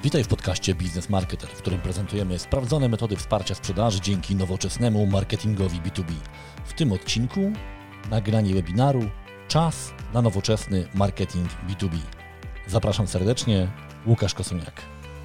Witaj w podcaście Biznes Marketer, w którym prezentujemy sprawdzone metody wsparcia sprzedaży dzięki nowoczesnemu marketingowi B2B. W tym odcinku nagranie webinaru Czas na nowoczesny marketing B2B. Zapraszam serdecznie, Łukasz Kosuniak.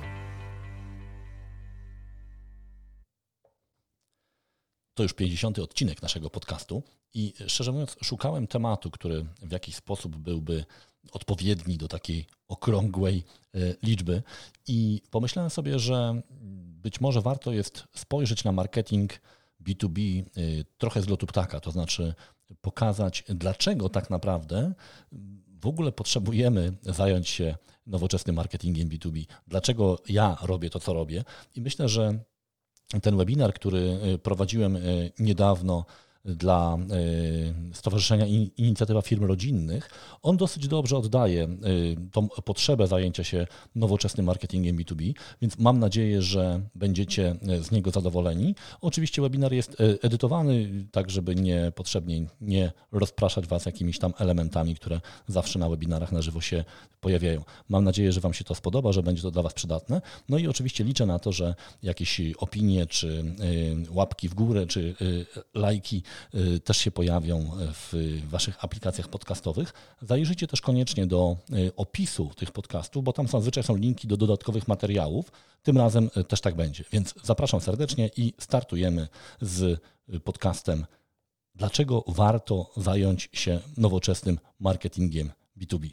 To już 50. odcinek naszego podcastu i szczerze mówiąc szukałem tematu, który w jakiś sposób byłby odpowiedni do takiej okrągłej liczby i pomyślałem sobie, że być może warto jest spojrzeć na marketing B2B trochę z lotu ptaka, to znaczy pokazać, dlaczego tak naprawdę w ogóle potrzebujemy zająć się nowoczesnym marketingiem B2B, dlaczego ja robię to, co robię i myślę, że ten webinar, który prowadziłem niedawno dla Stowarzyszenia Inicjatywa Firm Rodzinnych, on dosyć dobrze oddaje tą potrzebę zajęcia się nowoczesnym marketingiem B2B, więc mam nadzieję, że będziecie z niego zadowoleni. Oczywiście webinar jest edytowany, tak żeby niepotrzebnie nie rozpraszać Was jakimiś tam elementami, które zawsze na webinarach na żywo się pojawiają. Mam nadzieję, że Wam się to spodoba, że będzie to dla Was przydatne. No i oczywiście liczę na to, że jakieś opinie, czy łapki w górę, czy lajki też się pojawią w Waszych aplikacjach podcastowych. Zajrzyjcie też koniecznie do opisu tych podcastów, bo tam zazwyczaj są linki do dodatkowych materiałów. Tym razem też tak będzie. Więc zapraszam serdecznie i startujemy z podcastem Dlaczego warto zająć się nowoczesnym marketingiem B2B?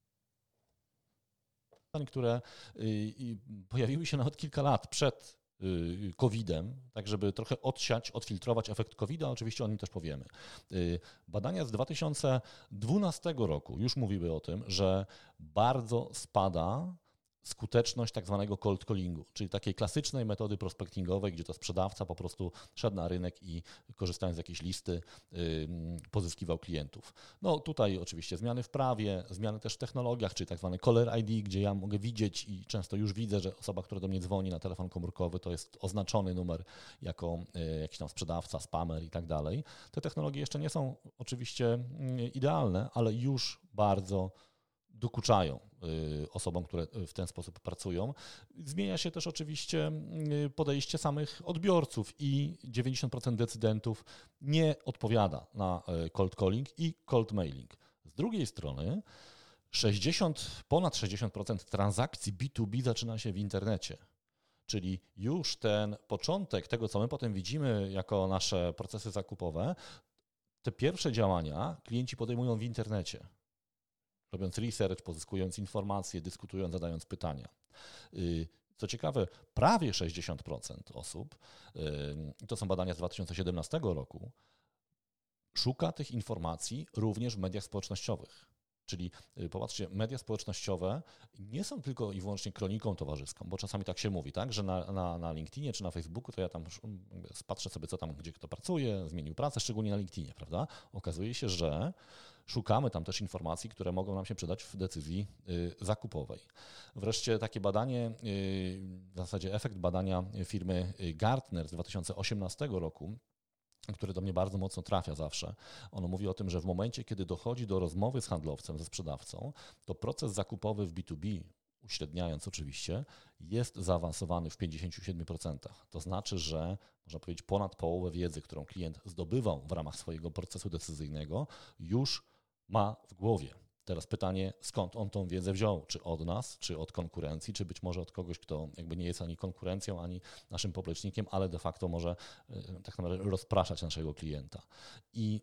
Które pojawiły się nawet kilka lat przed COVID-em, tak żeby trochę odfiltrować efekt COVID-a, oczywiście o nim też powiemy. Badania z 2012 roku już mówiły o tym, że bardzo spada skuteczność tak zwanego cold callingu, czyli takiej klasycznej metody prospectingowej, gdzie to sprzedawca po prostu szedł na rynek i korzystając z jakiejś listy pozyskiwał klientów. No tutaj oczywiście zmiany w prawie, zmiany też w technologiach, czyli tak zwany caller ID, gdzie ja mogę widzieć i często już widzę, że osoba, która do mnie dzwoni na telefon komórkowy, to jest oznaczony numer jako jakiś tam sprzedawca, spamer i tak dalej. Te technologie jeszcze nie są oczywiście idealne, ale już bardzo dokuczają osobom, które w ten sposób pracują. Zmienia się też oczywiście podejście samych odbiorców i 90% decydentów nie odpowiada na cold calling i cold mailing. Z drugiej strony ponad 60% transakcji B2B zaczyna się w internecie. Czyli już ten początek tego, co my potem widzimy jako nasze procesy zakupowe, te pierwsze działania klienci podejmują w internecie. Robiąc research, pozyskując informacje, dyskutując, zadając pytania. Co ciekawe, prawie 60% osób, to są badania z 2017 roku, szuka tych informacji również w mediach społecznościowych. Czyli popatrzcie, media społecznościowe nie są tylko i wyłącznie kroniką towarzyską, bo czasami tak się mówi, tak, że na LinkedInie czy na Facebooku to ja tam patrzę sobie, co tam, gdzie kto pracuje, zmienił pracę, szczególnie na LinkedInie, prawda? Okazuje się, że szukamy tam też informacji, które mogą nam się przydać w decyzji zakupowej. Wreszcie takie badanie, w zasadzie efekt badania firmy Gartner z 2018 roku, które do mnie bardzo mocno trafia zawsze. Ono mówi o tym, że w momencie, kiedy dochodzi do rozmowy z handlowcem, ze sprzedawcą, to proces zakupowy w B2B, uśredniając oczywiście, jest zaawansowany w 57%. To znaczy, że można powiedzieć ponad połowę wiedzy, którą klient zdobywał w ramach swojego procesu decyzyjnego, już ma w głowie. Teraz pytanie, skąd on tą wiedzę wziął? Czy od nas, czy od konkurencji, czy być może od kogoś, kto jakby nie jest ani konkurencją, ani naszym poplecznikiem, ale de facto może tak naprawdę rozpraszać naszego klienta. I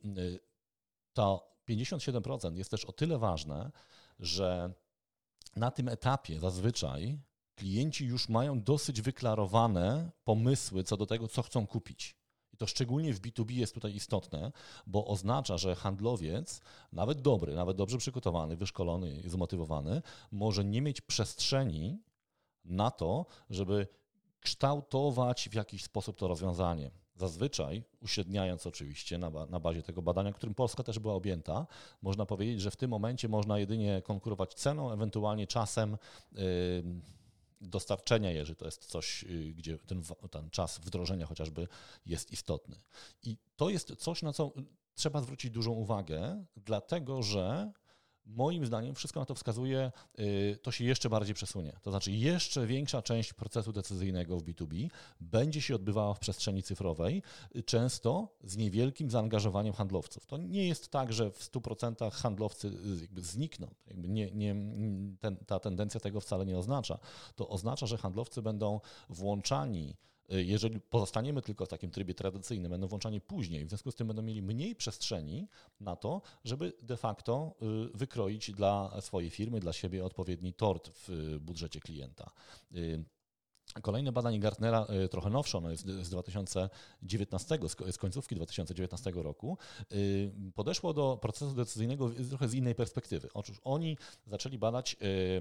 to 57% jest też o tyle ważne, że na tym etapie zazwyczaj klienci już mają dosyć wyklarowane pomysły co do tego, co chcą kupić. I to szczególnie w B2B jest tutaj istotne, bo oznacza, że handlowiec, nawet dobry, nawet dobrze przygotowany, wyszkolony, zmotywowany, może nie mieć przestrzeni na to, żeby kształtować w jakiś sposób to rozwiązanie. Zazwyczaj, uśredniając oczywiście na bazie tego badania, którym Polska też była objęta, można powiedzieć, że w tym momencie można jedynie konkurować ceną, ewentualnie czasem dostarczenia, jeżeli to jest coś, gdzie ten czas wdrożenia chociażby jest istotny. I to jest coś, na co trzeba zwrócić dużą uwagę, dlatego że moim zdaniem wszystko na to wskazuje, to się jeszcze bardziej przesunie. To znaczy jeszcze większa część procesu decyzyjnego w B2B będzie się odbywała w przestrzeni cyfrowej, często z niewielkim zaangażowaniem handlowców. To nie jest tak, że w 100% handlowcy jakby znikną. Ta tendencja tego wcale nie oznacza. To oznacza, że handlowcy będą włączani, jeżeli pozostaniemy tylko w takim trybie tradycyjnym, będą włączani później, w związku z tym będą mieli mniej przestrzeni na to, żeby de facto wykroić dla swojej firmy, dla siebie odpowiedni tort w budżecie klienta. Kolejne badanie Gartnera, trochę nowsze, ono jest z 2019, z końcówki 2019 roku, podeszło do procesu decyzyjnego trochę z innej perspektywy. Otóż oni zaczęli badać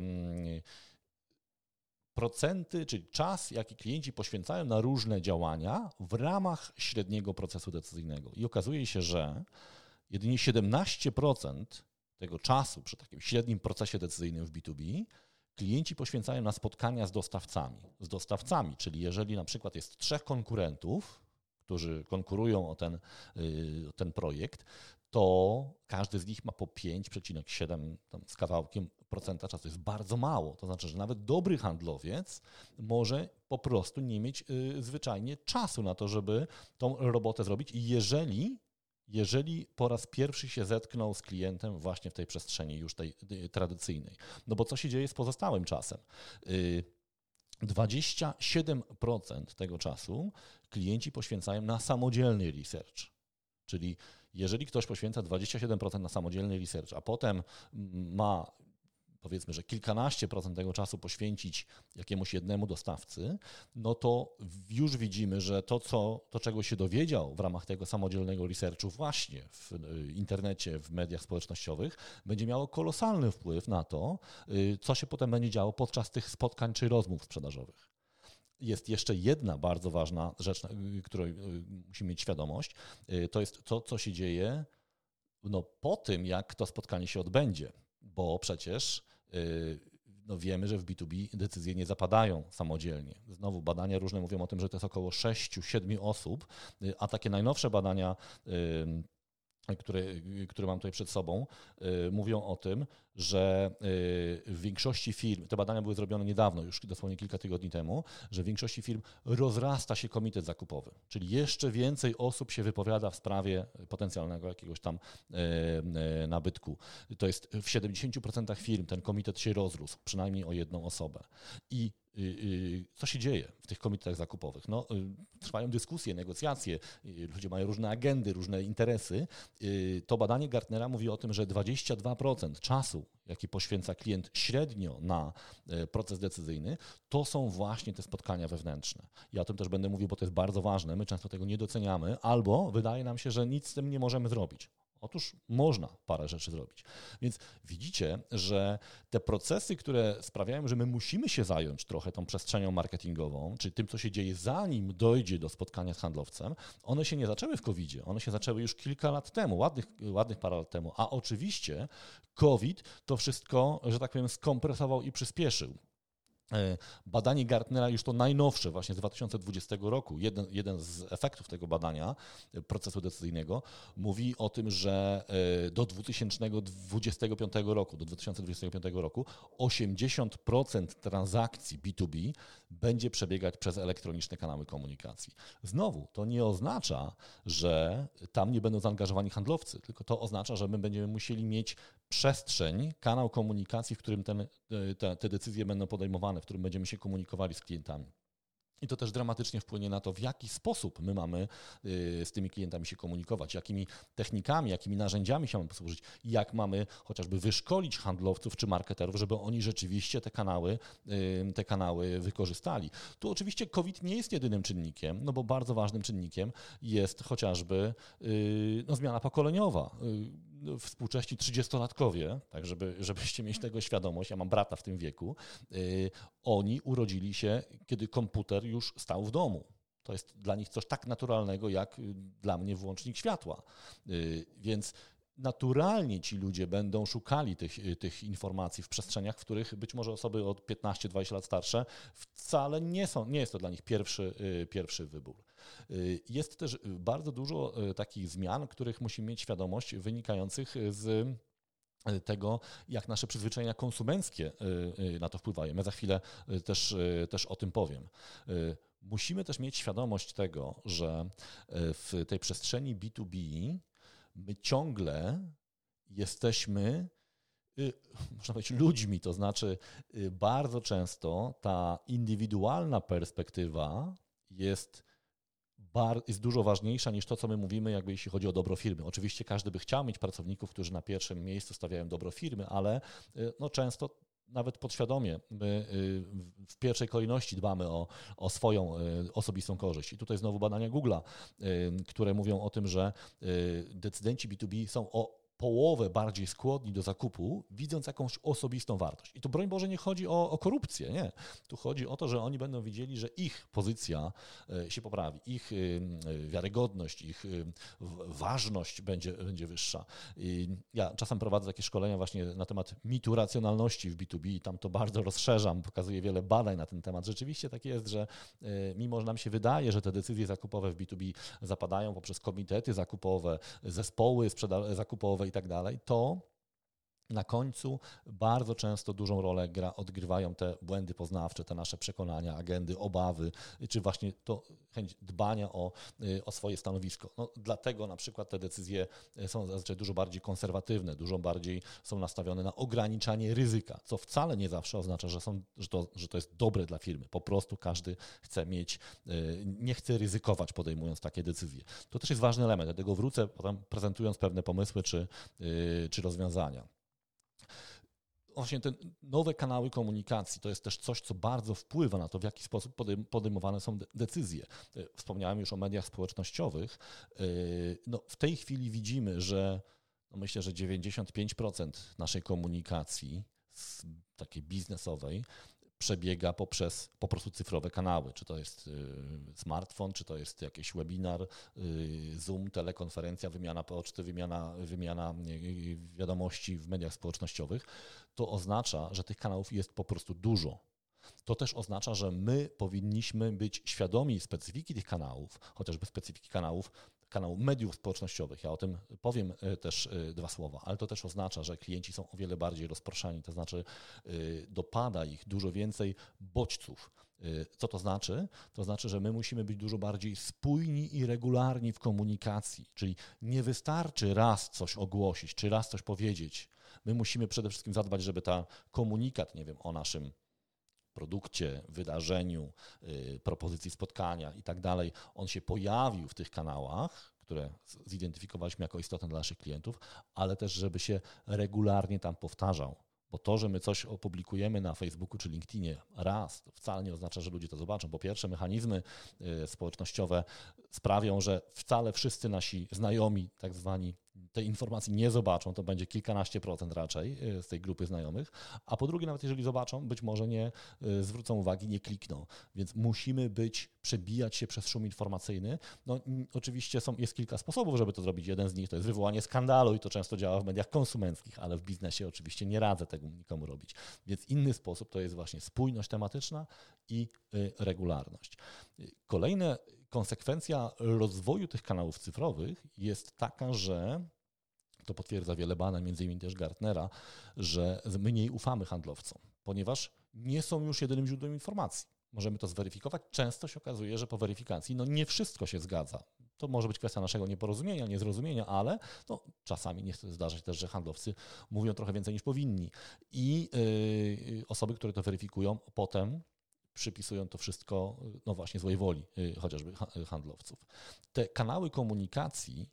procenty, czyli czas, jaki klienci poświęcają na różne działania w ramach średniego procesu decyzyjnego. I okazuje się, że jedynie 17% tego czasu przy takim średnim procesie decyzyjnym w B2B klienci poświęcają na spotkania z dostawcami. Z dostawcami, czyli jeżeli na przykład jest 3 konkurentów, którzy konkurują o ten projekt, to każdy z nich ma po 5,7 z kawałkiem procenta czasu. To jest bardzo mało. To znaczy, że nawet dobry handlowiec może po prostu nie mieć zwyczajnie czasu na to, żeby tą robotę zrobić. I jeżeli po raz pierwszy się zetknął z klientem właśnie w tej przestrzeni już tej tradycyjnej. No bo co się dzieje z pozostałym czasem? 27% tego czasu klienci poświęcają na samodzielny research. Czyli jeżeli ktoś poświęca 27% na samodzielny research, a potem ma, powiedzmy, że kilkanaście procent tego czasu poświęcić jakiemuś jednemu dostawcy, no to już widzimy, że to czego się dowiedział w ramach tego samodzielnego researchu właśnie w internecie, w mediach społecznościowych, będzie miało kolosalny wpływ na to, co się potem będzie działo podczas tych spotkań czy rozmów sprzedażowych. Jest jeszcze jedna bardzo ważna rzecz, której musimy mieć świadomość. To jest to, co się dzieje po tym, jak to spotkanie się odbędzie, bo przecież wiemy, że w B2B decyzje nie zapadają samodzielnie. Znowu badania różne mówią o tym, że to jest około 6-7 osób, a takie najnowsze badania, które mam tutaj przed sobą, mówią o tym, że w większości firm, te badania były zrobione niedawno, już dosłownie kilka tygodni temu, że w większości firm rozrasta się komitet zakupowy, czyli jeszcze więcej osób się wypowiada w sprawie potencjalnego jakiegoś tam nabytku. To jest w 70% firm ten komitet się rozrósł, przynajmniej o jedną osobę. I co się dzieje w tych komitetach zakupowych? Trwają dyskusje, negocjacje, ludzie mają różne agendy, różne interesy. To badanie Gartnera mówi o tym, że 22% czasu, jaki poświęca klient średnio na proces decyzyjny, to są właśnie te spotkania wewnętrzne. Ja o tym też będę mówił, bo to jest bardzo ważne. My często tego nie doceniamy, albo wydaje nam się, że nic z tym nie możemy zrobić. Otóż można parę rzeczy zrobić. Więc widzicie, że te procesy, które sprawiają, że my musimy się zająć trochę tą przestrzenią marketingową, czyli tym, co się dzieje zanim dojdzie do spotkania z handlowcem, one się nie zaczęły w COVID-zie, one się zaczęły już kilka lat temu, ładnych parę lat temu, a oczywiście COVID to wszystko, że tak powiem, skompresował i przyspieszył. Badanie Gartnera, już to najnowsze, właśnie z 2020 roku, jeden z efektów tego badania procesu decyzyjnego, mówi o tym, że do 2025 roku 80% transakcji B2B będzie przebiegać przez elektroniczne kanały komunikacji. Znowu, to nie oznacza, że tam nie będą zaangażowani handlowcy, tylko to oznacza, że my będziemy musieli mieć przestrzeń, kanał komunikacji, w którym te decyzje będą podejmowane, w którym będziemy się komunikowali z klientami. I to też dramatycznie wpłynie na to, w jaki sposób my mamy z tymi klientami się komunikować, jakimi technikami, jakimi narzędziami się mamy posłużyć, jak mamy chociażby wyszkolić handlowców czy marketerów, żeby oni rzeczywiście te kanały wykorzystali. Tu oczywiście COVID nie jest jedynym czynnikiem, bo bardzo ważnym czynnikiem jest chociażby zmiana pokoleniowa. Współcześni 30-latkowie, tak żebyście mieli tego świadomość, ja mam brata w tym wieku, oni urodzili się, kiedy komputer już stał w domu. To jest dla nich coś tak naturalnego, jak dla mnie włącznik światła. Więc naturalnie ci ludzie będą szukali tych informacji w przestrzeniach, w których być może osoby od 15-20 lat starsze wcale nie jest to dla nich pierwszy wybór. Jest też bardzo dużo takich zmian, których musimy mieć świadomość, wynikających z tego, jak nasze przyzwyczajenia konsumenckie na to wpływają. Ja za chwilę też o tym powiem. Musimy też mieć świadomość tego, że w tej przestrzeni B2B my ciągle jesteśmy, można powiedzieć, ludźmi, to znaczy bardzo często ta indywidualna perspektywa jest dużo ważniejsza niż to, co my mówimy, jakby jeśli chodzi o dobro firmy. Oczywiście każdy by chciał mieć pracowników, którzy na pierwszym miejscu stawiają dobro firmy, ale no często nawet podświadomie my w pierwszej kolejności dbamy o swoją osobistą korzyść. I tutaj znowu badania Google'a, które mówią o tym, że decydenci B2B są o połowę bardziej skłonni do zakupu, widząc jakąś osobistą wartość. I tu broń Boże nie chodzi o korupcję, nie. Tu chodzi o to, że oni będą widzieli, że ich pozycja się poprawi, ich wiarygodność, ich ważność będzie wyższa. I ja czasem prowadzę takie szkolenia właśnie na temat mitu racjonalności w B2B i tam to bardzo rozszerzam, pokazuję wiele badań na ten temat. Rzeczywiście tak jest, że mimo, że nam się wydaje, że te decyzje zakupowe w B2B zapadają poprzez komitety zakupowe, zespoły zakupowe i tak dalej, to na końcu bardzo często dużą rolę odgrywają te błędy poznawcze, te nasze przekonania, agendy, obawy, czy właśnie to chęć dbania o swoje stanowisko. No, dlatego na przykład te decyzje są zazwyczaj dużo bardziej konserwatywne, dużo bardziej są nastawione na ograniczanie ryzyka, co wcale nie zawsze oznacza, że to jest dobre dla firmy. Po prostu każdy chce nie chce ryzykować, podejmując takie decyzje. To też jest ważny element, dlatego wrócę potem prezentując pewne pomysły czy rozwiązania. Właśnie te nowe kanały komunikacji to jest też coś, co bardzo wpływa na to, w jaki sposób podejmowane są decyzje. Wspomniałem już o mediach społecznościowych. No, w tej chwili widzimy, że myślę, że 95% naszej komunikacji takiej biznesowej przebiega poprzez po prostu cyfrowe kanały. Czy to jest smartfon, czy to jest jakiś webinar, Zoom, telekonferencja, wymiana poczty, wymiana wiadomości w mediach społecznościowych. To oznacza, że tych kanałów jest po prostu dużo. To też oznacza, że my powinniśmy być świadomi specyfiki tych kanałów, chociażby specyfiki kanału mediów społecznościowych. Ja o tym powiem też dwa słowa, ale to też oznacza, że klienci są o wiele bardziej rozproszeni, to znaczy dopada ich dużo więcej bodźców. Co to znaczy? To znaczy, że my musimy być dużo bardziej spójni i regularni w komunikacji, czyli nie wystarczy raz coś ogłosić, czy raz coś powiedzieć. My musimy przede wszystkim zadbać, żeby ta komunikat, nie wiem, o naszym produkcie, wydarzeniu, propozycji spotkania i tak dalej, on się pojawił w tych kanałach, które zidentyfikowaliśmy jako istotne dla naszych klientów, ale też, żeby się regularnie tam powtarzał. Bo to, że my coś opublikujemy na Facebooku czy LinkedInie raz, to wcale nie oznacza, że ludzie to zobaczą. Po pierwsze, mechanizmy społecznościowe sprawią, że wcale wszyscy nasi znajomi, tak zwani, tej informacji nie zobaczą, to będzie kilkanaście procent raczej z tej grupy znajomych, a po drugie, nawet jeżeli zobaczą, być może nie zwrócą uwagi, nie klikną. Więc musimy przebijać się przez szum informacyjny. No, oczywiście jest kilka sposobów, żeby to zrobić. Jeden z nich to jest wywołanie skandalu i to często działa w mediach konsumenckich, ale w biznesie oczywiście nie radzę tego nikomu robić. Więc inny sposób to jest właśnie spójność tematyczna i regularność. Kolejna konsekwencja rozwoju tych kanałów cyfrowych jest taka, że to potwierdza wiele badań, między innymi też Gartnera, że mniej ufamy handlowcom, ponieważ nie są już jedynym źródłem informacji. Możemy to zweryfikować. Często się okazuje, że po weryfikacji nie wszystko się zgadza. To może być kwestia naszego nieporozumienia, niezrozumienia, ale czasami nie chce zdarzyć też, że handlowcy mówią trochę więcej niż powinni. I osoby, które to weryfikują, potem przypisują to wszystko właśnie złej woli, chociażby handlowców. Te kanały komunikacji,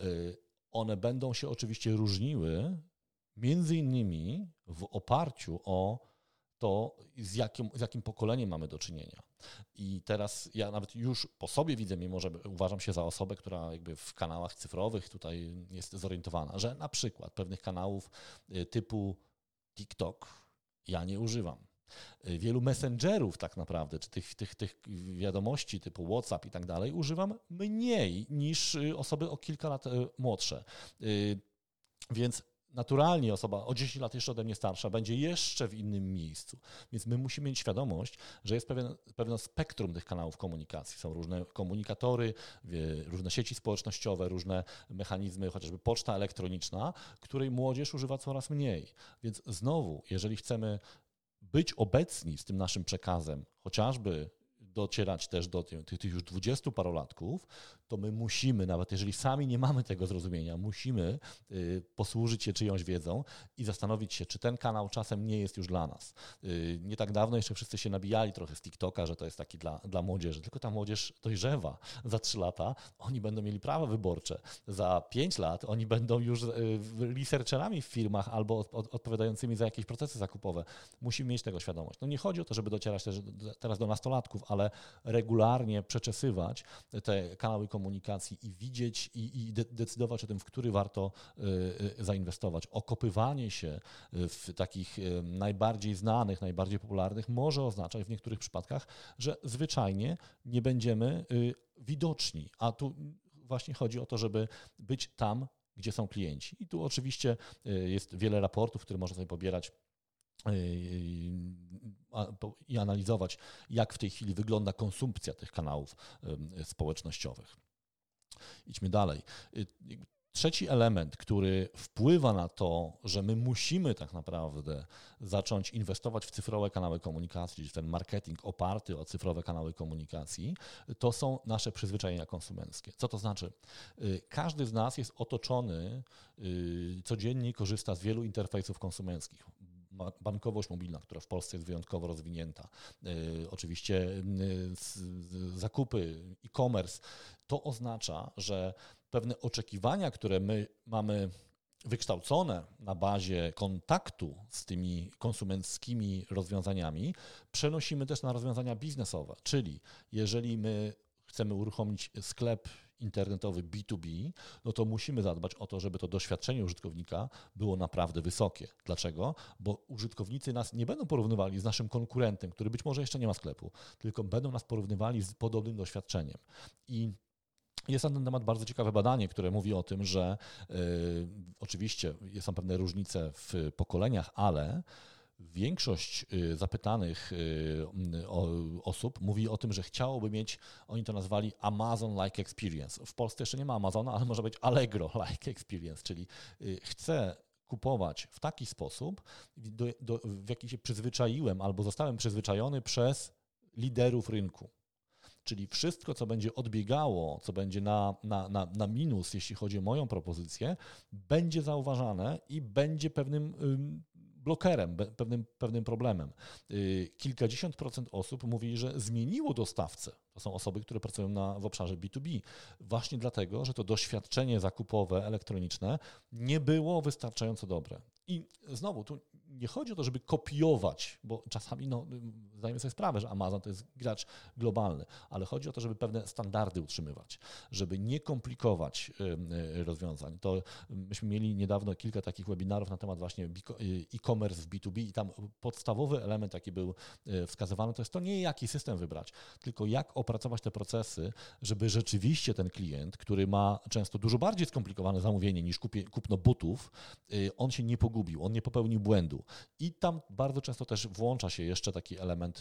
one będą się oczywiście różniły między innymi w oparciu o to, z jakim pokoleniem mamy do czynienia. I teraz ja nawet już po sobie widzę, mimo że uważam się za osobę, która jakby w kanałach cyfrowych tutaj jest zorientowana, że na przykład pewnych kanałów typu TikTok ja nie używam. Wielu messengerów tak naprawdę, czy tych wiadomości typu WhatsApp i tak dalej używam mniej niż osoby o kilka lat młodsze. Więc naturalnie osoba o 10 lat jeszcze ode mnie starsza będzie jeszcze w innym miejscu. Więc my musimy mieć świadomość, że jest pewne spektrum tych kanałów komunikacji. Są różne komunikatory, różne sieci społecznościowe, różne mechanizmy, chociażby poczta elektroniczna, której młodzież używa coraz mniej. Więc znowu, jeżeli chcemy być obecni z tym naszym przekazem, chociażby docierać też do tych już 20-parolatków, to my musimy, nawet jeżeli sami nie mamy tego zrozumienia, musimy posłużyć się czyjąś wiedzą i zastanowić się, czy ten kanał czasem nie jest już dla nas. Nie tak dawno jeszcze wszyscy się nabijali trochę z TikToka, że to jest taki dla młodzieży, tylko ta młodzież dojrzewa. Za 3 lata oni będą mieli prawa wyborcze. Za 5 lat oni będą już researcherami w firmach albo odpowiadającymi za jakieś procesy zakupowe. Musimy mieć tego świadomość. No nie chodzi o to, żeby docierać też teraz do nastolatków, ale regularnie przeczesywać te kanały komunikacji i widzieć i decydować o tym, w który warto zainwestować. Okopywanie się w takich najbardziej znanych, najbardziej popularnych może oznaczać w niektórych przypadkach, że zwyczajnie nie będziemy widoczni, a tu właśnie chodzi o to, żeby być tam, gdzie są klienci. I tu oczywiście jest wiele raportów, które można sobie pobierać i analizować, jak w tej chwili wygląda konsumpcja tych kanałów społecznościowych. Idźmy dalej. Trzeci element, który wpływa na to, że my musimy tak naprawdę zacząć inwestować w cyfrowe kanały komunikacji, czyli ten marketing oparty o cyfrowe kanały komunikacji, to są nasze przyzwyczajenia konsumenckie. Co to znaczy? Każdy z nas jest otoczony, codziennie korzysta z wielu interfejsów konsumenckich. Bankowość mobilna, która w Polsce jest wyjątkowo rozwinięta, oczywiście zakupy, e-commerce, to oznacza, że pewne oczekiwania, które my mamy wykształcone na bazie kontaktu z tymi konsumenckimi rozwiązaniami, przenosimy też na rozwiązania biznesowe, czyli jeżeli my chcemy uruchomić sklep internetowy B2B, no to musimy zadbać o to, żeby to doświadczenie użytkownika było naprawdę wysokie. Dlaczego? Bo użytkownicy nas nie będą porównywali z naszym konkurentem, który być może jeszcze nie ma sklepu, tylko będą nas porównywali z podobnym doświadczeniem. I jest na ten temat bardzo ciekawe badanie, które mówi o tym, że oczywiście są pewne różnice w pokoleniach, ale większość zapytanych osób mówi o tym, że chciałoby mieć, oni to nazwali Amazon-like experience. W Polsce jeszcze nie ma Amazona, ale może być Allegro-like experience, czyli chcę kupować w taki sposób, w jaki się przyzwyczaiłem albo zostałem przyzwyczajony przez liderów rynku. Czyli wszystko, co będzie odbiegało, co będzie na minus, jeśli chodzi o moją propozycję, będzie zauważane i będzie pewnym blokerem, pewnym problemem. Kilkadziesiąt procent osób mówi, że zmieniło dostawcę. To są osoby, które pracują w obszarze B2B. Właśnie dlatego, że to doświadczenie zakupowe elektroniczne nie było wystarczająco dobre. I znowu, tu nie chodzi o to, żeby kopiować, bo czasami zdajemy sobie sprawę, że Amazon to jest gracz globalny, ale chodzi o to, żeby pewne standardy utrzymywać, żeby nie komplikować rozwiązań. To myśmy mieli niedawno kilka takich webinarów na temat właśnie e-commerce w B2B i tam podstawowy element, jaki był wskazywany, to jest to nie jaki system wybrać, tylko jak opracować te procesy, żeby rzeczywiście ten klient, który ma często dużo bardziej skomplikowane zamówienie niż kupno butów, on się nie pogubił, on nie popełnił błędu. I tam bardzo często też włącza się jeszcze taki element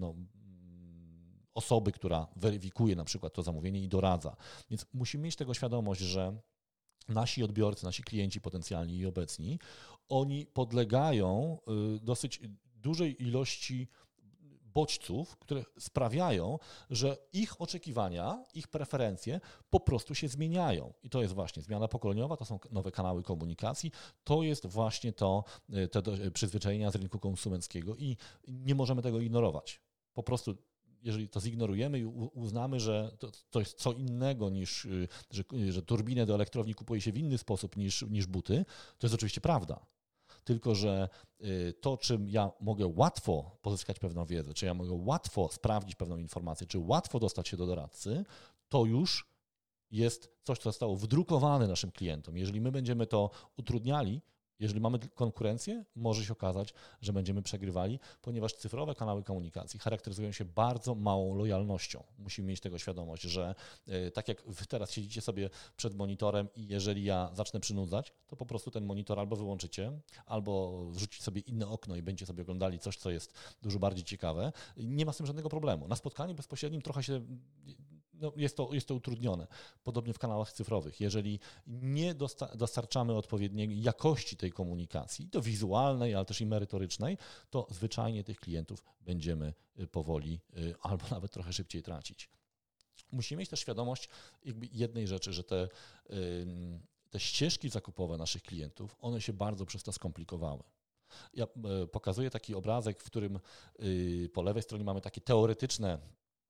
osoby, która weryfikuje na przykład to zamówienie i doradza. Więc musimy mieć tego świadomość, że nasi odbiorcy, nasi klienci potencjalni i obecni, oni podlegają dosyć dużej ilości bodźców, które sprawiają, że ich oczekiwania, ich preferencje po prostu się zmieniają. I to jest właśnie zmiana pokoleniowa, to są nowe kanały komunikacji, to jest właśnie te przyzwyczajenia z rynku konsumenckiego i nie możemy tego ignorować. Po prostu jeżeli to zignorujemy i uznamy, że to jest co innego niż, że turbinę do elektrowni kupuje się w inny sposób niż buty, to jest oczywiście prawda. Tylko że to, czym ja mogę łatwo pozyskać pewną wiedzę, czy ja mogę łatwo sprawdzić pewną informację, czy łatwo dostać się do doradcy, to już jest coś, co zostało wdrukowane naszym klientom. Jeżeli my będziemy to utrudniali, Jeżeli mamy konkurencję, może się okazać, że będziemy przegrywali, ponieważ cyfrowe kanały komunikacji charakteryzują się bardzo małą lojalnością. Musimy mieć tego świadomość, że tak jak wy teraz siedzicie sobie przed monitorem i jeżeli ja zacznę przynudzać, to po prostu ten monitor albo wyłączycie, albo wrzucić sobie inne okno i będziecie sobie oglądali coś, co jest dużo bardziej ciekawe. Nie ma z tym żadnego problemu. Na spotkaniu bezpośrednim trochę się... jest to utrudnione. Podobnie w kanałach cyfrowych. Jeżeli nie dostarczamy odpowiedniej jakości tej komunikacji, i to wizualnej, ale też i merytorycznej, to zwyczajnie tych klientów będziemy powoli albo nawet trochę szybciej tracić. Musimy mieć też świadomość jakby jednej rzeczy, że te ścieżki zakupowe naszych klientów, one się bardzo przez to skomplikowały. Ja pokazuję taki obrazek, w którym po lewej stronie mamy takie teoretyczne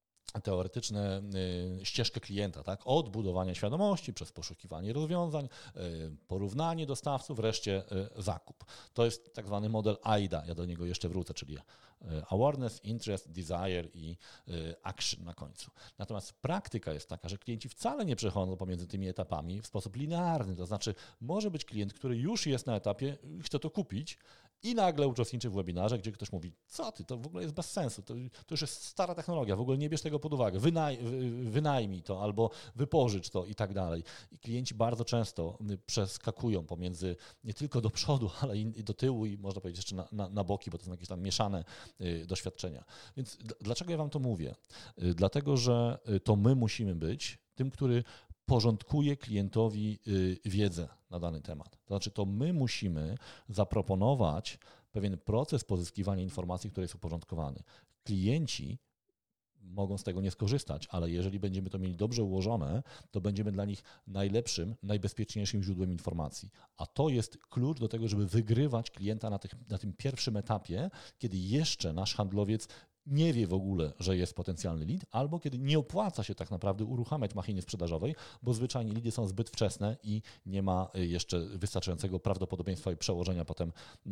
ścieżkę klienta, tak? Od budowania świadomości, przez poszukiwanie rozwiązań, porównanie dostawców, wreszcie zakup. To jest tak zwany model AIDA, ja do niego jeszcze wrócę, czyli awareness, interest, desire i action na końcu. Natomiast praktyka jest taka, że klienci wcale nie przechodzą pomiędzy tymi etapami w sposób linearny, to znaczy może być klient, który już jest na etapie, chce to kupić, i nagle uczestniczy w webinarze, gdzie ktoś mówi, co ty, to w ogóle jest bez sensu, to już jest stara technologia, w ogóle nie bierz tego pod uwagę, wynajmij to albo wypożycz to i tak dalej. I klienci bardzo często przeskakują pomiędzy nie tylko do przodu, ale i do tyłu i można powiedzieć jeszcze na boki, bo to są jakieś tam mieszane doświadczenia. Więc dlaczego ja wam to mówię? Dlatego, że to my musimy być tym, który porządkuje klientowi wiedzę na dany temat. To znaczy, to my musimy zaproponować pewien proces pozyskiwania informacji, który jest uporządkowany. Klienci mogą z tego nie skorzystać, ale jeżeli będziemy to mieli dobrze ułożone, to będziemy dla nich najlepszym, najbezpieczniejszym źródłem informacji. A to jest klucz do tego, żeby wygrywać klienta na tym pierwszym etapie, kiedy jeszcze nasz handlowiec nie wie w ogóle, że jest potencjalny lead, albo kiedy nie opłaca się tak naprawdę uruchamiać machiny sprzedażowej, bo zwyczajnie leady są zbyt wczesne i nie ma jeszcze wystarczającego prawdopodobieństwa i przełożenia potem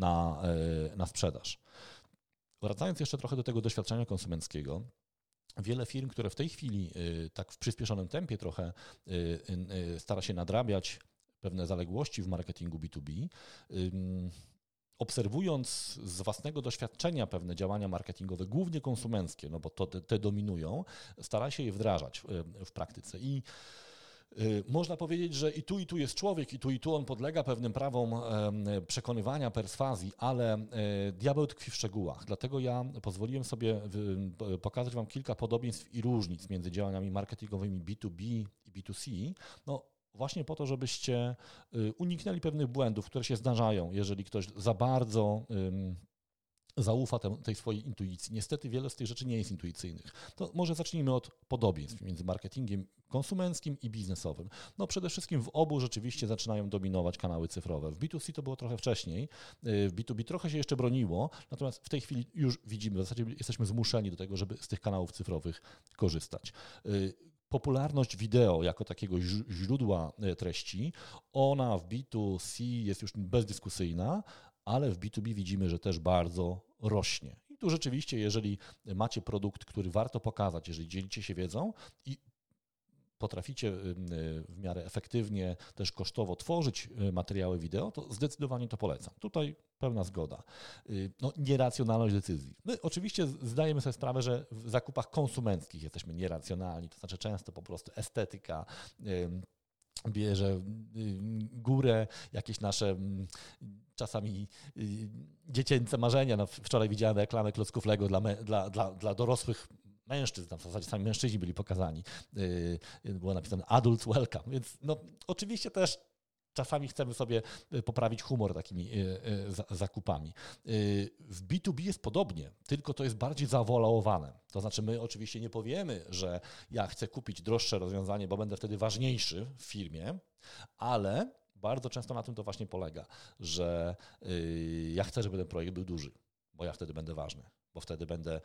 na sprzedaż. Wracając jeszcze trochę do tego doświadczenia konsumenckiego, wiele firm, które w tej chwili tak w przyspieszonym tempie trochę stara się nadrabiać pewne zaległości w marketingu B2B, obserwując z własnego doświadczenia pewne działania marketingowe, głównie konsumenckie, no bo te dominują, stara się je wdrażać w praktyce. I można powiedzieć, że i tu jest człowiek, i tu on podlega pewnym prawom przekonywania, perswazji, ale diabeł tkwi w szczegółach. Dlatego ja pozwoliłem sobie pokazać wam kilka podobieństw i różnic między działaniami marketingowymi B2B i B2C. No, właśnie po to, żebyście uniknęli pewnych błędów, które się zdarzają, jeżeli ktoś za bardzo zaufa tej swojej intuicji. Niestety wiele z tych rzeczy nie jest intuicyjnych. To może zacznijmy od podobieństw między marketingiem konsumenckim i biznesowym. No przede wszystkim w obu rzeczywiście zaczynają dominować kanały cyfrowe. W B2C to było trochę wcześniej, w B2B trochę się jeszcze broniło, natomiast w tej chwili już widzimy, w zasadzie jesteśmy zmuszeni do tego, żeby z tych kanałów cyfrowych korzystać. Popularność wideo jako takiego źródła treści, ona w B2C jest już bezdyskusyjna, ale w B2B widzimy, że też bardzo rośnie. I tu rzeczywiście, jeżeli macie produkt, który warto pokazać, jeżeli dzielicie się wiedzą i potraficie w miarę efektywnie, też kosztowo tworzyć materiały wideo, to zdecydowanie to polecam. Tutaj pełna zgoda. No, nieracjonalność decyzji. My oczywiście zdajemy sobie sprawę, że w zakupach konsumenckich jesteśmy nieracjonalni, to znaczy często po prostu estetyka bierze górę, jakieś nasze czasami dziecięce marzenia. No, wczoraj widziałem reklamę klocków Lego dla dorosłych mężczyzn, tam w zasadzie sami mężczyźni byli pokazani. Było napisane adults welcome, więc no, oczywiście też czasami chcemy sobie poprawić humor takimi zakupami. W B2B jest podobnie, tylko to jest bardziej zawoalowane. To znaczy my oczywiście nie powiemy, że ja chcę kupić droższe rozwiązanie, bo będę wtedy ważniejszy w firmie, ale bardzo często na tym to właśnie polega, że ja chcę, żeby ten projekt był duży, bo ja wtedy będę ważny, bo wtedy będę